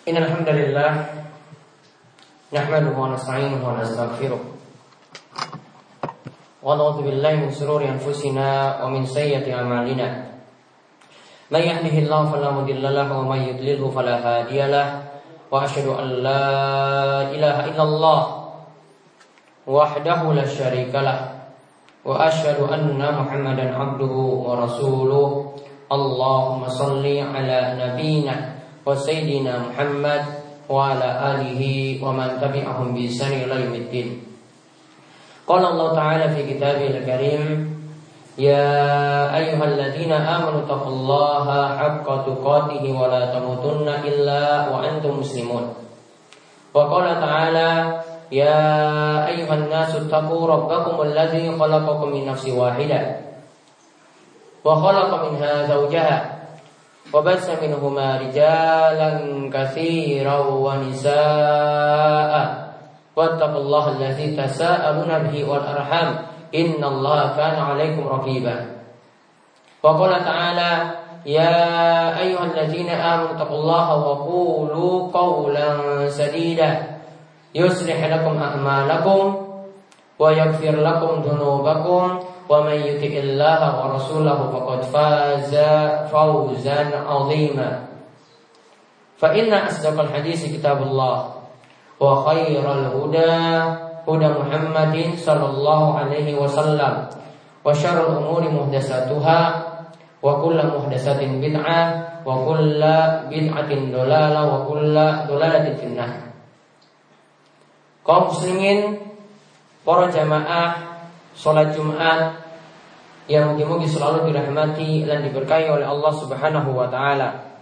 Innal hamdalillah nahmaduhu wa nasta'inuhu wa nastaghfiruh wa na'udzu billahi min shururi anfusina wa min sayyiati a'malina. May yahdihillahu fala mudilla lahu wa may yudlilhu fala hadiya lahu. Wa asyhadu an la ilaha illallah wahdahu la syarika lahu wa asyhadu anna Muhammadan abduhu wa rasuluh. Allahumma shalli ala nabiyyina wa sayyidina Muhammad wa ala alihi wa man tabi'ahum bi ihsan ila yaumiddin. Qala Allah Ta'ala fi kitabihil karim, ya ayyuhalladzina amanu taqullaha haqqa tuqatih wa la tamutunna illa wa antum muslimun. Wa qala ta'ala, ya ayyuhan nasu taqu rabbakumul ladzi khalaqakum min nafsin wahidah wa khalaqa minha zawjaha wa bassa minhuma rijalan katsiran wa nisaa wattaqullaha allazi tasaaluna bihi wal arham innallaha kana 'alaikum raqiba. Wa qala ta'ala, ya ayyuhalladzina amanu taqullaha wa qulu qawlan sadida yuslih lakum a'malakum wa yaghfir lakum dhunubakum wa may yuti'illaha wa rasulahu faqad faza fawzan 'azima. Fa inna asdaqal haditsi kitabullah wa khairal huda huda Muhammadin sallallahu alaihi wasallam wa syarrul umuri muhdatsatuha wa kullu muhdatsatin bid'ah wa kullu bid'atin dhalalah wa kullu dhalalatin finnar. Kaum muslimin, para jamaah salat Jumat yang mungkin selalu dirahmati dan diberkahi oleh Allah Subhanahu wa taala.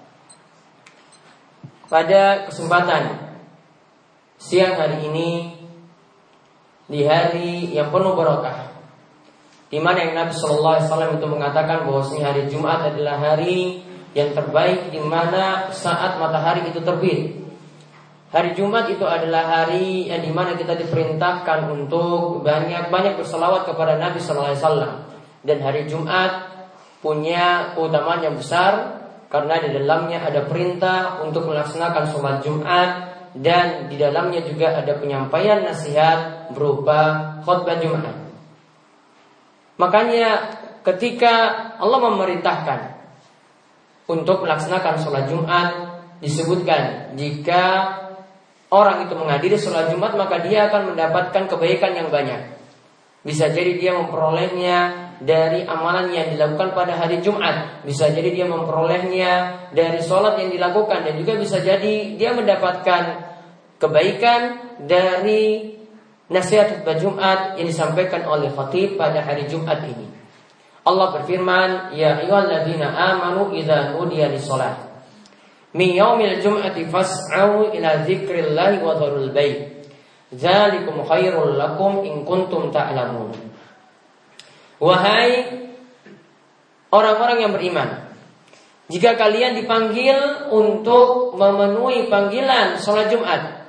Pada kesempatan siang hari ini, di hari yang penuh barakah, di mana yang Nabi sallallahu alaihi wasallam itu mengatakan bahwasanya hari Jumat adalah hari yang terbaik di mana saat matahari itu terbit. Hari Jumat itu adalah hari yang dimana kita diperintahkan untuk banyak-banyak berselawat kepada Nabi sallallahu alaihi wasallam. Dan hari Jumat punya keutamaan yang besar karena di dalamnya ada perintah untuk melaksanakan sholat Jumat dan di dalamnya juga ada penyampaian nasihat berupa khutbah Jumat. Makanya ketika Allah memerintahkan untuk melaksanakan sholat Jumat, disebutkan jika orang itu menghadiri sholat Jumat maka dia akan mendapatkan kebaikan yang banyak. Bisa jadi dia memperolehnya dari amalan yang dilakukan pada hari Jumat, bisa jadi dia memperolehnya dari sholat yang dilakukan, dan juga bisa jadi dia mendapatkan kebaikan dari nasihat khutbah Jumat yang disampaikan oleh khatib pada hari Jumat ini. Allah berfirman, ya ayyuhalladzina amanu idza nudiya lis-shalah min yaumil jum'ati fas'au ila dzikrillahi wa dzarul bai' dzalikum khairul lakum in kuntum ta'lamun. Wahai orang-orang yang beriman, jika kalian dipanggil untuk memenuhi panggilan sholat Jumat,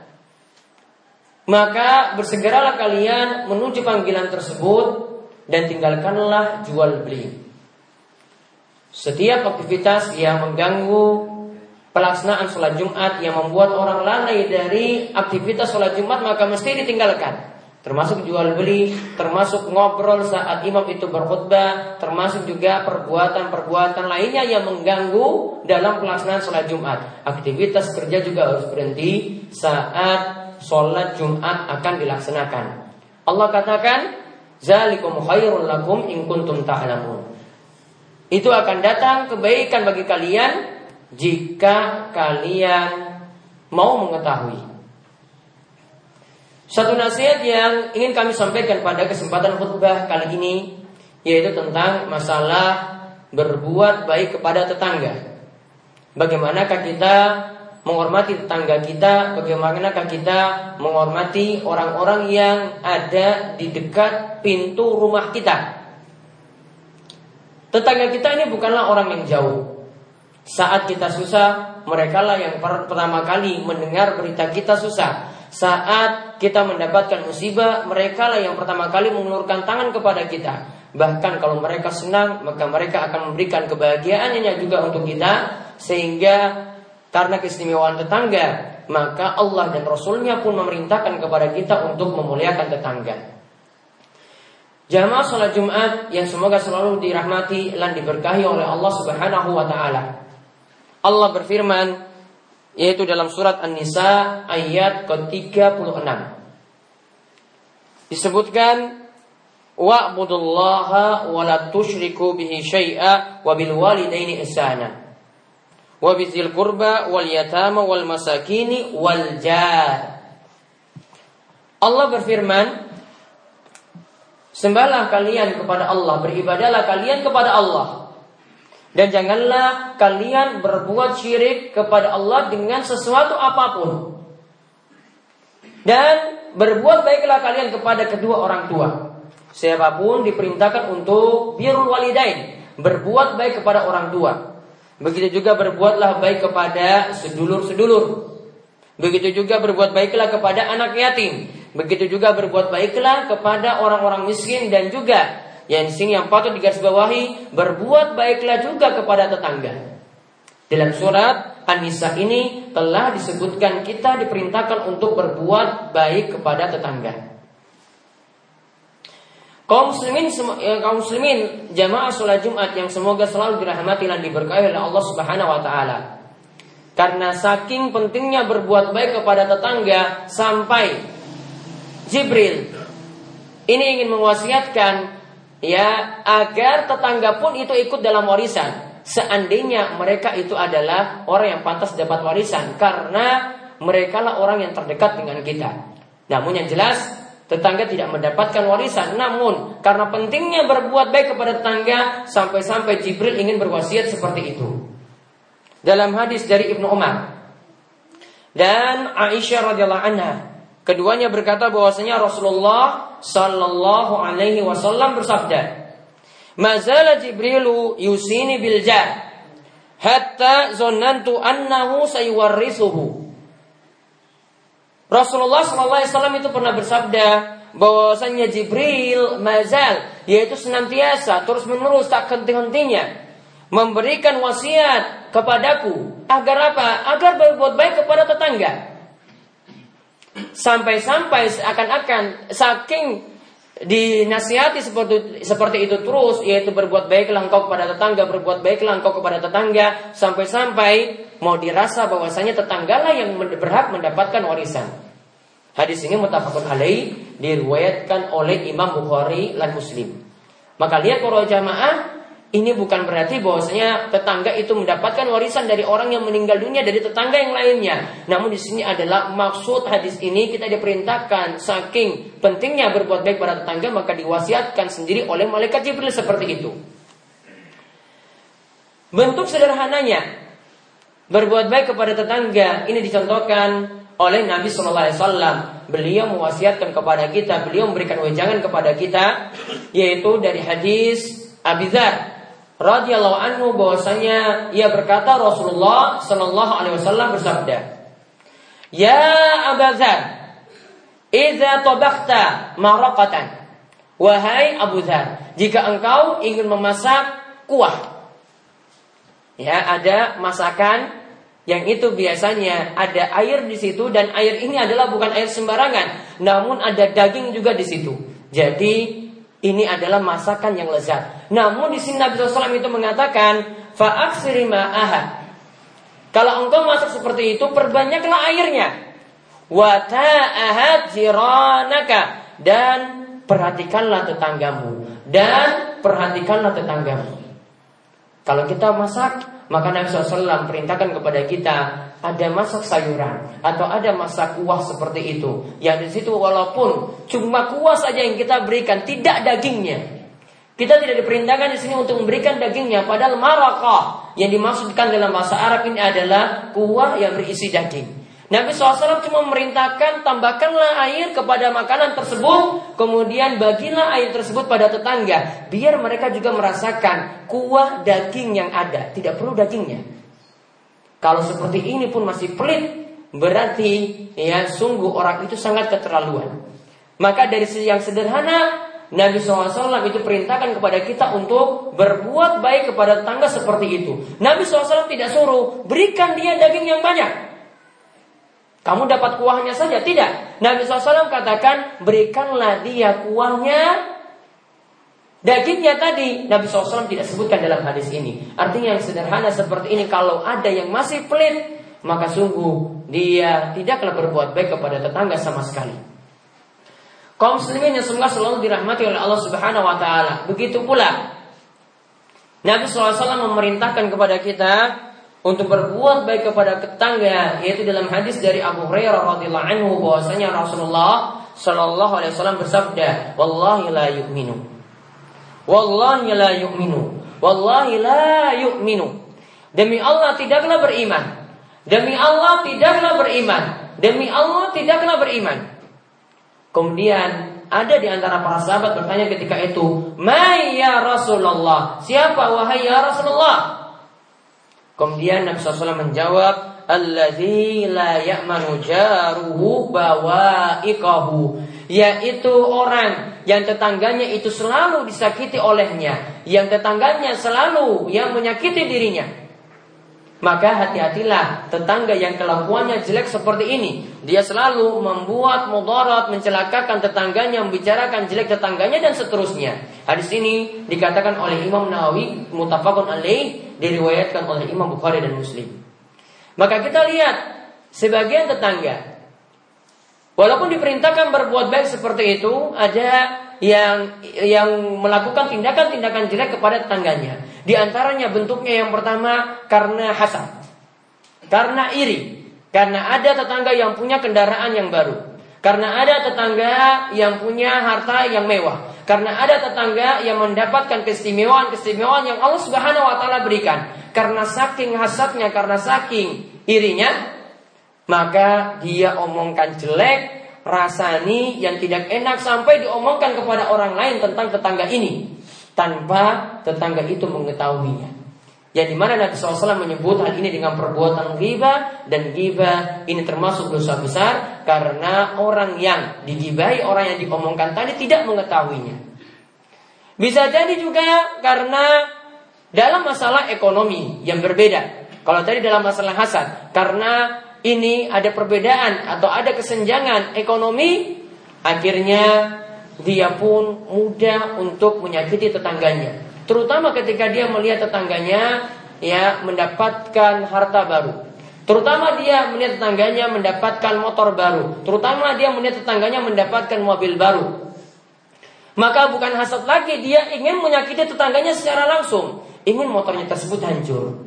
maka bersegeralah kalian menuju panggilan tersebut dan tinggalkanlah jual beli. Setiap aktivitas yang mengganggu pelaksanaan sholat Jumat, yang membuat orang lalai dari aktivitas sholat Jumat, maka mesti ditinggalkan. Termasuk jual beli, termasuk ngobrol saat imam itu berkhutbah, termasuk juga perbuatan-perbuatan lainnya yang mengganggu dalam pelaksanaan sholat Jumat. Aktivitas kerja juga harus berhenti saat sholat Jumat akan dilaksanakan. Allah katakan, zalikum khairul lakum in kuntum ta'lamun. Itu akan datang kebaikan bagi kalian jika kalian mau mengetahui. Satu nasihat yang ingin kami sampaikan pada kesempatan khutbah kali ini, yaitu tentang masalah berbuat baik kepada tetangga. Bagaimanakah kita menghormati tetangga kita? Bagaimanakah kita menghormati orang-orang yang ada di dekat pintu rumah kita? Tetangga kita ini bukanlah orang yang jauh. Saat kita susah, merekalah yang pertama kali mendengar berita kita susah. Saat kita mendapatkan musibah, merekalah yang pertama kali mengulurkan tangan kepada kita. Bahkan kalau mereka senang, maka mereka akan memberikan kebahagiaannya juga untuk kita, sehingga karena keistimewaan tetangga, maka Allah dan Rasulnya pun memerintahkan kepada kita untuk memuliakan tetangga. Jamaah salat Jumat yang semoga selalu dirahmati dan diberkahi oleh Allah Subhanahu wa taala. Allah berfirman yaitu dalam surat An-Nisa ayat ke-36. Disebutkan wa'budullaha wa la tusyriku bihi syai'a wa bil walidaini ihsana wa bizil qurba wal yatama wal masakini wal jar. Allah berfirman, sembahlah kalian kepada Allah, beribadahlah kalian kepada Allah, dan janganlah kalian berbuat syirik kepada Allah dengan sesuatu apapun. Dan berbuat baiklah kalian kepada kedua orang tua. Siapapun diperintahkan untuk birrul walidain, berbuat baik kepada orang tua. Begitu juga berbuatlah baik kepada sedulur-sedulur. Begitu juga berbuat baiklah kepada anak yatim. Begitu juga berbuat baiklah kepada orang-orang miskin, dan juga yang di sini yang patut digarisbawahi, berbuat baiklah juga kepada tetangga. Dalam surat An-Nisa ini telah disebutkan kita diperintahkan untuk berbuat baik kepada tetangga. Kaum muslimin jamaah salat Jumat yang semoga selalu dirahmati dan diberkahi oleh Allah Subhanahu wa taala. Karena saking pentingnya berbuat baik kepada tetangga, sampai Jibril ini ingin mewasiatkan agar tetangga pun itu ikut dalam warisan, seandainya mereka itu adalah orang yang pantas dapat warisan, karena mereka lah orang yang terdekat dengan kita. Namun yang jelas tetangga tidak mendapatkan warisan. Namun karena pentingnya berbuat baik kepada tetangga, sampai-sampai Jibril ingin berwasiat seperti itu. Dalam hadis dari Ibnu Umar dan Aisyah radhiyallahu anha, keduanya berkata bahwasanya Rasulullah sallallahu alaihi wasallam bersabda, "Mazala Jibrilu yusini bil jar hatta zannantu annahu sayuwarrisuhu." Rasulullah sallallahu alaihi wasallam itu pernah bersabda bahwasanya Jibril mazal, yaitu senantiasa terus-menerus tak henti-hentinya memberikan wasiat kepadaku agar apa? Agar berbuat baik kepada tetangga. Sampai-sampai seakan-akan saking dinasihati seperti itu terus, yaitu berbuat baiklah engkau kepada tetangga, berbuat baiklah engkau kepada tetangga, sampai-sampai mau dirasa bahwasanya tetanggalah yang berhak mendapatkan warisan. Hadis ini muttafaqun alaih, diriwayatkan oleh Imam Bukhari dan Muslim. Maka lihat para jamaah, ini bukan berarti bahwasanya tetangga itu mendapatkan warisan dari orang yang meninggal dunia dari tetangga yang lainnya. Namun di sini adalah maksud hadis ini, kita diperintahkan saking pentingnya berbuat baik pada tetangga, maka diwasiatkan sendiri oleh malaikat Jibril seperti itu. Bentuk sederhananya berbuat baik kepada tetangga ini dicontohkan oleh Nabi Sallallahu Alaihi Wasallam. Beliau mewasiatkan kepada kita, beliau memberikan wejangan kepada kita, yaitu dari hadis Abi Dzar radhiyallahu anhu bahwasanya ia berkata Rasulullah sallallahu alaihi wasallam bersabda, "Ya Abu Dzar, idza tabakhta maraqatan." Wahai Abu Dzar, jika engkau ingin memasak kuah, ada masakan yang itu biasanya ada air di situ, dan air ini adalah bukan air sembarangan, namun ada daging juga di situ. Jadi ini adalah masakan yang lezat. Namun di sini Nabi SAW itu mengatakan, fa'aksiri ma'aha. Kalau engkau masak seperti itu, perbanyaklah airnya. Wa ta'ahad jiranaka. Dan perhatikanlah tetanggamu. Kalau kita masak, maka Nabi SAW perintahkan kepada kita, ada masak sayuran atau ada masak kuah seperti itu, yang di situ walaupun cuma kuah saja yang kita berikan, tidak dagingnya. Kita tidak diperintahkan di sini untuk memberikan dagingnya, padahal maraqah yang dimaksudkan dalam bahasa Arab ini adalah kuah yang berisi daging. Nabi SAW cuma memerintahkan tambahkanlah air kepada makanan tersebut, kemudian bagilah air tersebut pada tetangga, biar mereka juga merasakan kuah daging yang ada, tidak perlu dagingnya. Kalau seperti ini pun masih pelit, berarti sungguh orang itu sangat keterlaluan. Maka dari sisi yang sederhana, Nabi SAW itu perintahkan kepada kita untuk berbuat baik kepada tetangga seperti itu. Nabi SAW tidak suruh berikan dia daging yang banyak, kamu dapat kuahnya saja. Tidak. Nabi SAW katakan berikanlah dia kuahnya, dagingnya tadi. Nabi SAW tidak sebutkan dalam hadis ini. Artinya yang sederhana seperti ini, kalau ada yang masih pelit, maka sungguh dia tidaklah berbuat baik kepada tetangga sama sekali. Kaum muslimin yang semoga selalu dirahmati oleh Allah Subhanahu wa taala. Begitu pula Nabi SAW memerintahkan kepada kita untuk berbuat baik kepada tetangga, yaitu dalam hadis dari Abu Hurairah radhiyallahu anhu bahwasanya Rasulullah sallallahu alaihi wasallam bersabda, "Wallahi la yu'minu. Wallahi la yu'minu. Wallahi la yu'minu." Demi Allah tidaklah beriman. Demi Allah tidaklah beriman. Demi Allah tidaklah beriman. Kemudian ada di antara para sahabat bertanya ketika itu, "Mai ya Rasulullah?" Siapa wahai ya Rasulullah? Kemudian Nabi SAW menjawab, "Alladzi la ya'manu jaruhu bawa'iqahu." Yaitu orang yang tetangganya itu selalu disakiti olehnya, yang tetangganya selalu yang menyakiti dirinya. Maka hati-hatilah tetangga yang kelakuannya jelek seperti ini. Dia selalu membuat mudarat, mencelakakan tetangganya, membicarakan jelek tetangganya dan seterusnya. Hadis ini dikatakan oleh Imam Nawawi muttafaqun alaih, diriwayatkan oleh Imam Bukhari dan Muslim. Maka kita lihat sebagian tetangga, walaupun diperintahkan berbuat baik seperti itu, ada yang melakukan tindakan-tindakan jelek kepada tetangganya. Di antaranya bentuknya yang pertama karena hasad, karena iri, karena ada tetangga yang punya kendaraan yang baru, karena ada tetangga yang punya harta yang mewah, karena ada tetangga yang mendapatkan keistimewaan yang Allah Subhanahu wa taala berikan. Karena saking hasadnya, karena saking irinya, maka dia omongkan jelek, rasani yang tidak enak sampai diomongkan kepada orang lain tentang tetangga ini tanpa tetangga itu mengetahuinya. Yang dimana Nabi SAW menyebut hal ini dengan perbuatan ghibah, dan ghibah ini termasuk dosa besar karena orang yang digibahi, orang yang diomongkan tadi tidak mengetahuinya. Bisa jadi juga karena dalam masalah ekonomi yang berbeda. Kalau tadi dalam masalah hasad, karena ini ada perbedaan atau ada kesenjangan ekonomi, akhirnya dia pun mudah untuk menyakiti tetangganya. Terutama ketika dia melihat tetangganya mendapatkan harta baru. Terutama dia melihat tetangganya mendapatkan motor baru. Terutama dia melihat tetangganya mendapatkan mobil baru. Maka bukan hasad lagi, dia ingin menyakiti tetangganya secara langsung. Ingin motornya tersebut hancur,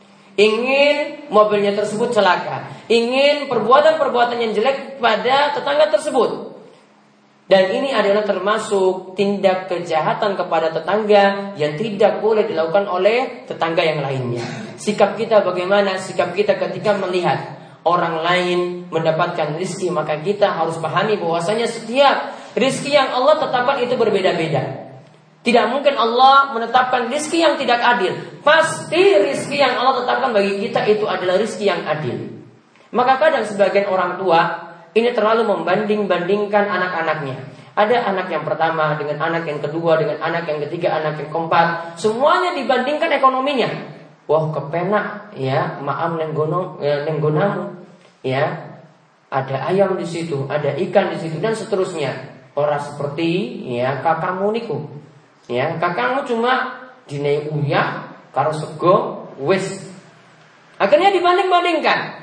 ingin mobilnya tersebut celaka, ingin perbuatan-perbuatan yang jelek pada tetangga tersebut. Dan ini adalah termasuk tindak kejahatan kepada tetangga yang tidak boleh dilakukan oleh tetangga yang lainnya. Sikap kita bagaimana? Sikap kita ketika melihat orang lain mendapatkan rizki, maka kita harus pahami bahwasanya setiap rizki yang Allah tetapkan itu berbeda-beda. Tidak mungkin Allah menetapkan rizki yang tidak adil. Pasti rizki yang Allah tetapkan bagi kita itu adalah rizki yang adil. Maka kadang sebagian orang tua ini terlalu membanding-bandingkan anak-anaknya. Ada anak yang pertama dengan anak yang kedua, dengan anak yang ketiga, anak yang keempat. Semuanya dibandingkan ekonominya. Wah, kepenak ya, maam nenggonamu. Ya, ada ayam di situ, ada ikan di situ dan seterusnya. Orang seperti ya kakakmu niku. Ya, kakakmu cuma dinai uya karo sego wis. Akhirnya dibanding-bandingkan.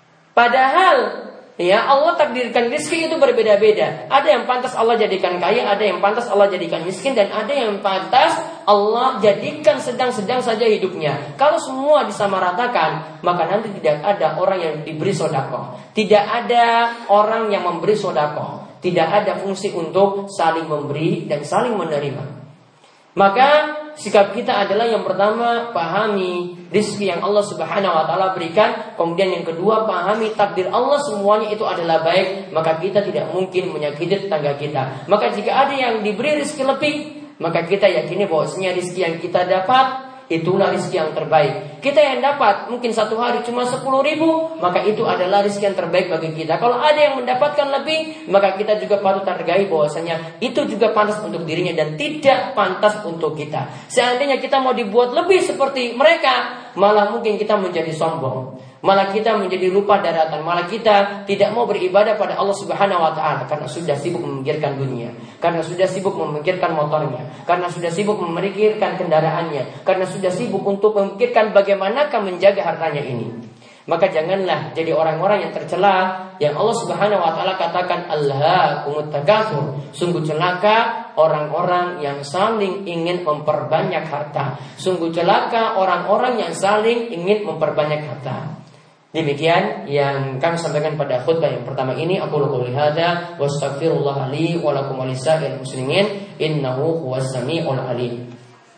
Padahal ya Allah takdirkan rezeki itu berbeda-beda. Ada yang pantas Allah jadikan kaya, ada yang pantas Allah jadikan miskin, dan ada yang pantas Allah jadikan sedang-sedang saja hidupnya. Kalau semua disamaratakan, maka nanti tidak ada orang yang diberi sedekah, tidak ada orang yang memberi sedekah, tidak ada fungsi untuk saling memberi dan saling menerima. Maka sikap kita adalah yang pertama, pahami rizki yang Allah Subhanahu wa taala berikan. Kemudian yang kedua, pahami takdir Allah semuanya itu adalah baik. Maka kita tidak mungkin menyakiti tetangga kita. Maka jika ada yang diberi rizki lebih, maka kita yakini bahwasanya rizki yang kita dapat itulah rizki yang terbaik. Kita yang dapat mungkin satu hari cuma 10.000, maka itu adalah rezeki yang terbaik bagi kita. Kalau ada yang mendapatkan lebih, maka kita juga patut hargai bahwasanya itu juga pantas untuk dirinya dan tidak pantas untuk kita. Seandainya kita mau dibuat lebih seperti mereka, malah mungkin kita menjadi sombong. Malah kita menjadi lupa daratan, malah kita tidak mau beribadah pada Allah Subhanahu wa taala karena sudah sibuk memikirkan dunia, karena sudah sibuk memikirkan motornya, karena sudah sibuk memikirkan kendaraannya, karena sudah sibuk untuk memikirkan bagaimanakah menjaga hartanya ini. Maka janganlah jadi orang-orang yang tercela, yang Allah Subhanahu wa taala katakan alhaakumut takatsur. Sungguh celaka orang-orang yang saling ingin memperbanyak harta. Sungguh celaka orang-orang yang saling ingin memperbanyak harta. Demikian yang kami sampaikan pada khutbah yang pertama ini. Aku qouli hadza wa astaghfirullah li wa lakum wa lisa'il muslimin innahu huwas samiul alim.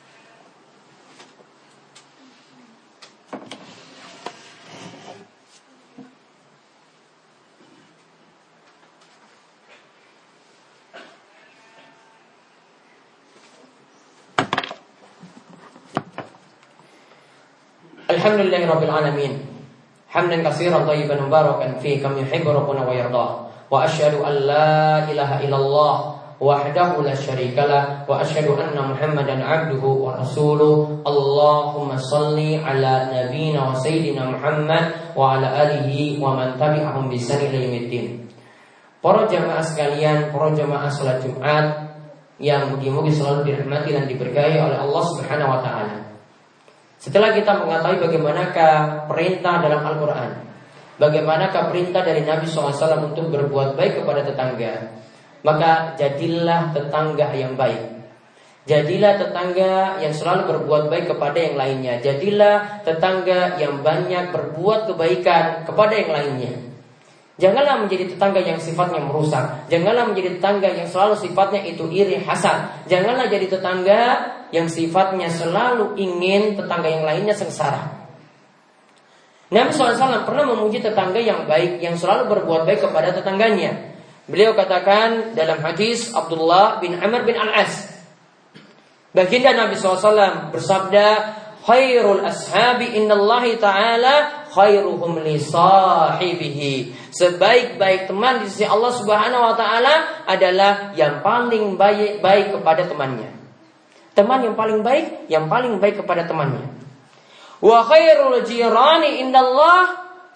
Alhamdulillahirabbil alamin. Hamdan katsiran thayyiban mubarakan fihi kama yuhibbu rabbuna wa yarda. Wa asyhadu an la ilaha illallah wahdahu la syarikalah wa asyhadu anna Muhammadan abduhu wa rasuluh. Allahumma shalli ala nabiyyina wa sayyidina Muhammad wa ala alihi wa man tabi'ahum bi ihsan ila yaumiddin. Para jamaah sekalian, para jamaah salat Jumat yang mugi-mugi selalu dirahmati dan diberkahi oleh Allah Subhanahu wa taala. Setelah kita mengetahui bagaimanakah perintah dalam Al-Quran, bagaimanakah perintah dari Nabi SAW untuk berbuat baik kepada tetangga, maka jadilah tetangga yang baik. Jadilah tetangga yang selalu berbuat baik kepada yang lainnya. Jadilah tetangga yang banyak berbuat kebaikan kepada yang lainnya. Janganlah menjadi tetangga yang sifatnya merusak. Janganlah menjadi tetangga yang selalu sifatnya itu iri hasad. Janganlah jadi tetangga yang sifatnya selalu ingin tetangga yang lainnya sengsara. Nabi SAW pernah memuji tetangga yang baik, yang selalu berbuat baik kepada tetangganya. Beliau katakan dalam hadis Abdullah bin Amr bin Al-As, baginda Nabi SAW bersabda, khairul ashabi innallahi ta'ala khairuhum li sahibihi. Sebaik-baik teman di sisi Allah Subhanahu wa taala adalah yang paling baik kepada temannya. Teman yang paling baik kepada temannya. Wa khairul jirani indallah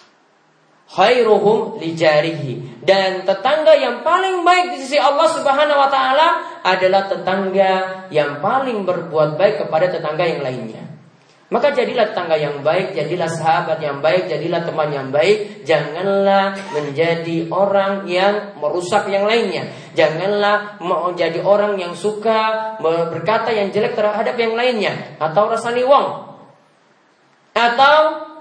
khairuhum li jarihi. Dan tetangga yang paling baik di sisi Allah Subhanahu wa taala adalah tetangga yang paling berbuat baik kepada tetangga yang lainnya. Maka jadilah tetangga yang baik, jadilah sahabat yang baik, jadilah teman yang baik. Janganlah menjadi orang yang merusak yang lainnya. Janganlah menjadi orang yang suka berkata yang jelek terhadap yang lainnya, atau rasani wong, atau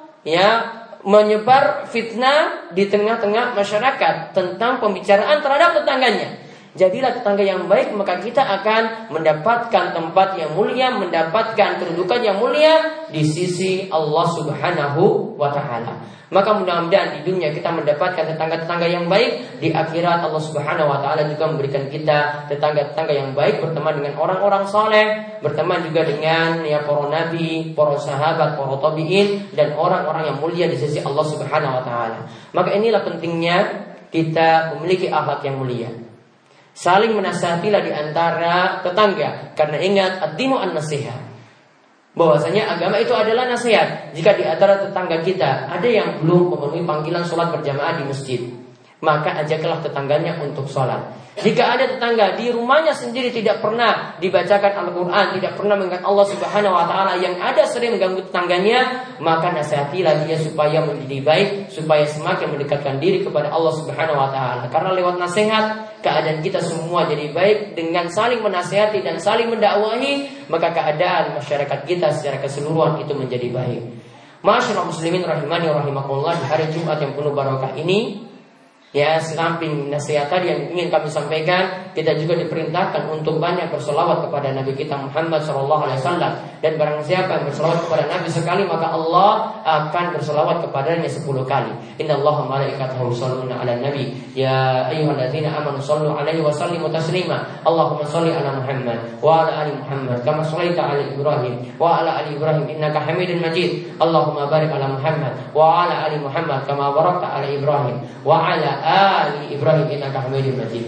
menyebar fitnah di tengah-tengah masyarakat tentang pembicaraan terhadap tetangganya. Jadilah tetangga yang baik, maka kita akan mendapatkan tempat yang mulia, mendapatkan kedudukan yang mulia di sisi Allah Subhanahu wa taala. Maka mudah-mudahan di dunia kita mendapatkan tetangga-tetangga yang baik, di akhirat Allah Subhanahu wa taala juga memberikan kita tetangga-tetangga yang baik, berteman dengan orang-orang saleh, berteman juga dengan para nabi, para sahabat, para tabi'in, dan orang-orang yang mulia di sisi Allah Subhanahu wa taala. Maka inilah pentingnya kita memiliki akhlak yang mulia. Saling menasihatilah di antara tetangga, karena ingat ad-dinu an-nasihat, bahwasanya agama itu adalah nasihat. Jika di antara tetangga kita ada yang belum memenuhi panggilan sholat berjamaah di masjid, maka ajaklah tetangganya untuk sholat. Jika ada tetangga di rumahnya sendiri tidak pernah dibacakan Al-Quran, tidak pernah mengingat Allah Subhanahu wa taala, yang ada sering mengganggu tetangganya, maka nasihatilah dia supaya menjadi baik, supaya semakin mendekatkan diri kepada Allah Subhanahu wa taala. Karena lewat nasihat keadaan kita semua jadi baik. Dengan saling menasihati dan saling mendakwahi, maka keadaan masyarakat kita secara keseluruhan itu menjadi baik. Masyaallah muslimin rahimani wa rahimakumullah, di hari Jumat yang penuh barokah ini, samping nasihat tadi yang ingin kami sampaikan, kita juga diperintahkan untuk banyak berselawat kepada Nabi kita Muhammad SAW. Dan barang siapa yang berselawat kepada Nabi sekali, maka Allah akan berselawat kepadanya 10 kali. Innallaha malaikatahu yusholluna 'alan nabi ya ayyuhalladzina amanu shallu 'alaihi wa sallimu taslima. Allahumma shalli 'ala Muhammad wa 'ala ali Muhammad kama shallaita 'ala Ibrahim wa 'ala ali Ibrahim innaka Hamidum Majid. Allahumma barik 'ala Muhammad wa 'ala ali Muhammad kama barakta 'ala Ibrahim wa 'ala ali Ibrahim innaka Hamidum Majid.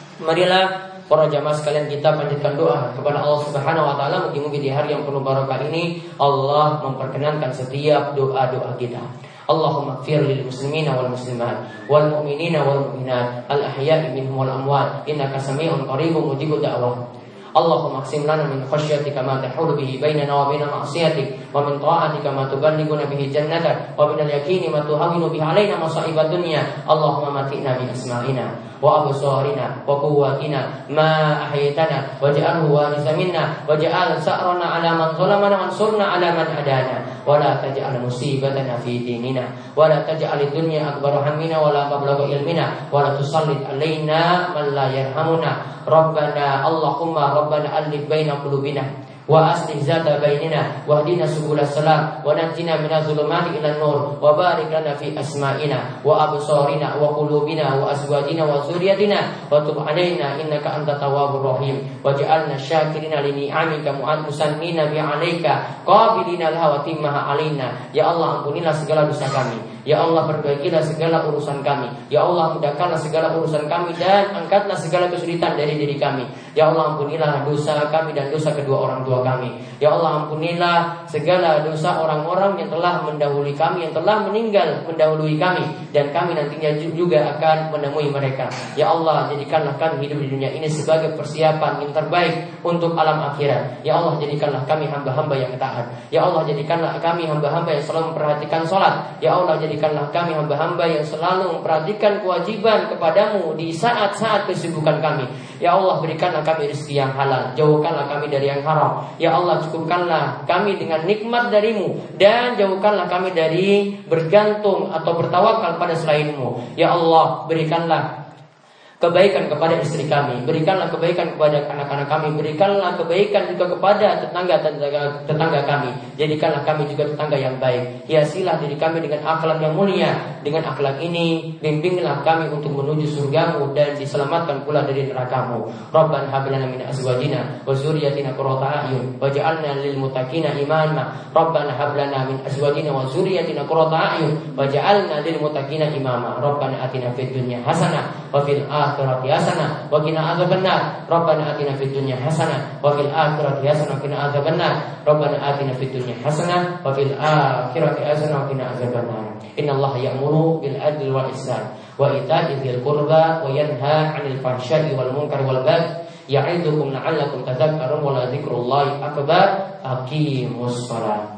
Marilah para jamaah sekalian kita panjatkan doa kepada Allah Subhanahu wa taala, mungkin-mungkin di hari yang penuh barakah ini Allah memperkenankan setiap doa-doa kita. Allahumma ighfir lil muslimina wal muslimat wal mu'minina wal mu'minat al ahya'i minhum wal amwat innaka samii'un qaribun mujibud da'wah. Allahumma aqsim lana min khashyatika ma tahulu bihi bainana wa baina ma'siyatik wa min ta'atika ma tuballighuna bihi jannatak wa min al-yaqini ma tuhawwinu bihi alaina masa'ibad dunya. Allahumma matina bi asma'ina wa absarina wa quwwatina ma ahyaytana waj'alhu waritha minna waj'al sa'rana 'ala man zalamana wansurna 'ala man adana wa la taj'al musibatana fi dinina wa la taj'al ad-dunya akbar hammina wa la mablagha ilmina wa la tusallit 'alaina man la yarhamuna. Rabbana Allahumma Rabbana alif baina qulubina wa aslih zata bainina wahdina subulas salam wa najjina minaz zulumati ilan nur wa barik lana fi asma'ina wa absarina wa qulubina wa azwajina wa dzurriyyatina wa tub 'alaina innaka antat tawwabur rahim waj'alna syakirina li ni'amika musannina bi 'alaika qabilina laha wa timmaha 'alaina. Ya Allah, ampunilah segala dosa kami. Ya Allah, perbaikilah segala urusan kami. Ya Allah, mudahkanlah segala urusan kami dan angkatlah segala kesulitan dari diri kami. Ya Allah, ampunilah dosa kami dan dosa kedua orang tua kami. Ya Allah, ampunilah segala dosa orang-orang yang telah mendahului kami, yang telah meninggal mendahului kami, dan kami nantinya juga akan menemui mereka. Ya Allah, jadikanlah kami hidup di dunia ini sebagai persiapan yang terbaik untuk alam akhirat. Ya Allah, jadikanlah kami hamba-hamba yang taat. Ya Allah, jadikanlah kami hamba-hamba yang selalu memperhatikan sholat. Ya Allah, jadikanlah kami hamba-hamba yang selalu memperhatikan kewajiban kepadamu di saat-saat kesibukan kami. Ya Allah, berikanlah kami rezeki yang halal, jauhkanlah kami dari yang haram. Ya Allah, cukupkanlah kami dengan nikmat darimu dan jauhkanlah kami dari bergantung atau bertawakal pada selainmu. Ya Allah, berikanlah kebaikan kepada istri kami, berikanlah kebaikan kepada anak-anak kami, berikanlah kebaikan juga kepada tetangga kami. Jadikanlah kami juga tetangga yang baik. Hiasilah diri kami dengan akhlak yang mulia. Dengan akhlak ini bimbinglah kami untuk menuju surgamu dan diselamatkan pula dari nerakamu. Rabbana hab lana min azwajina wa dzurriyyatina qurrata a'yun waj'alna lil muttaqina imama. Rabbana hab lana min azwajina wa dzurriyyatina qurrata a'yun waj'alna lil muttaqina imama. Rabbana atina fid dunya hasanah wa fil akhirati hasanah wa qina adzabannar. Rabbana atina fid dunya hasanah wa fil akhirati hasanah wa qina adzabannar. Rabbana atina fid dunya hasanah wa fil akhirati hasanah wa qina adzabannar. Innallaha ya'muru bil adli wal ihsan wa ita'i dzil qurba wa yanha 'anil fahsya'i wal munkari wal baghi ya'idukum la'allakum tadhakkarun wa la dzikrullahi akbar. Aqimus shalah.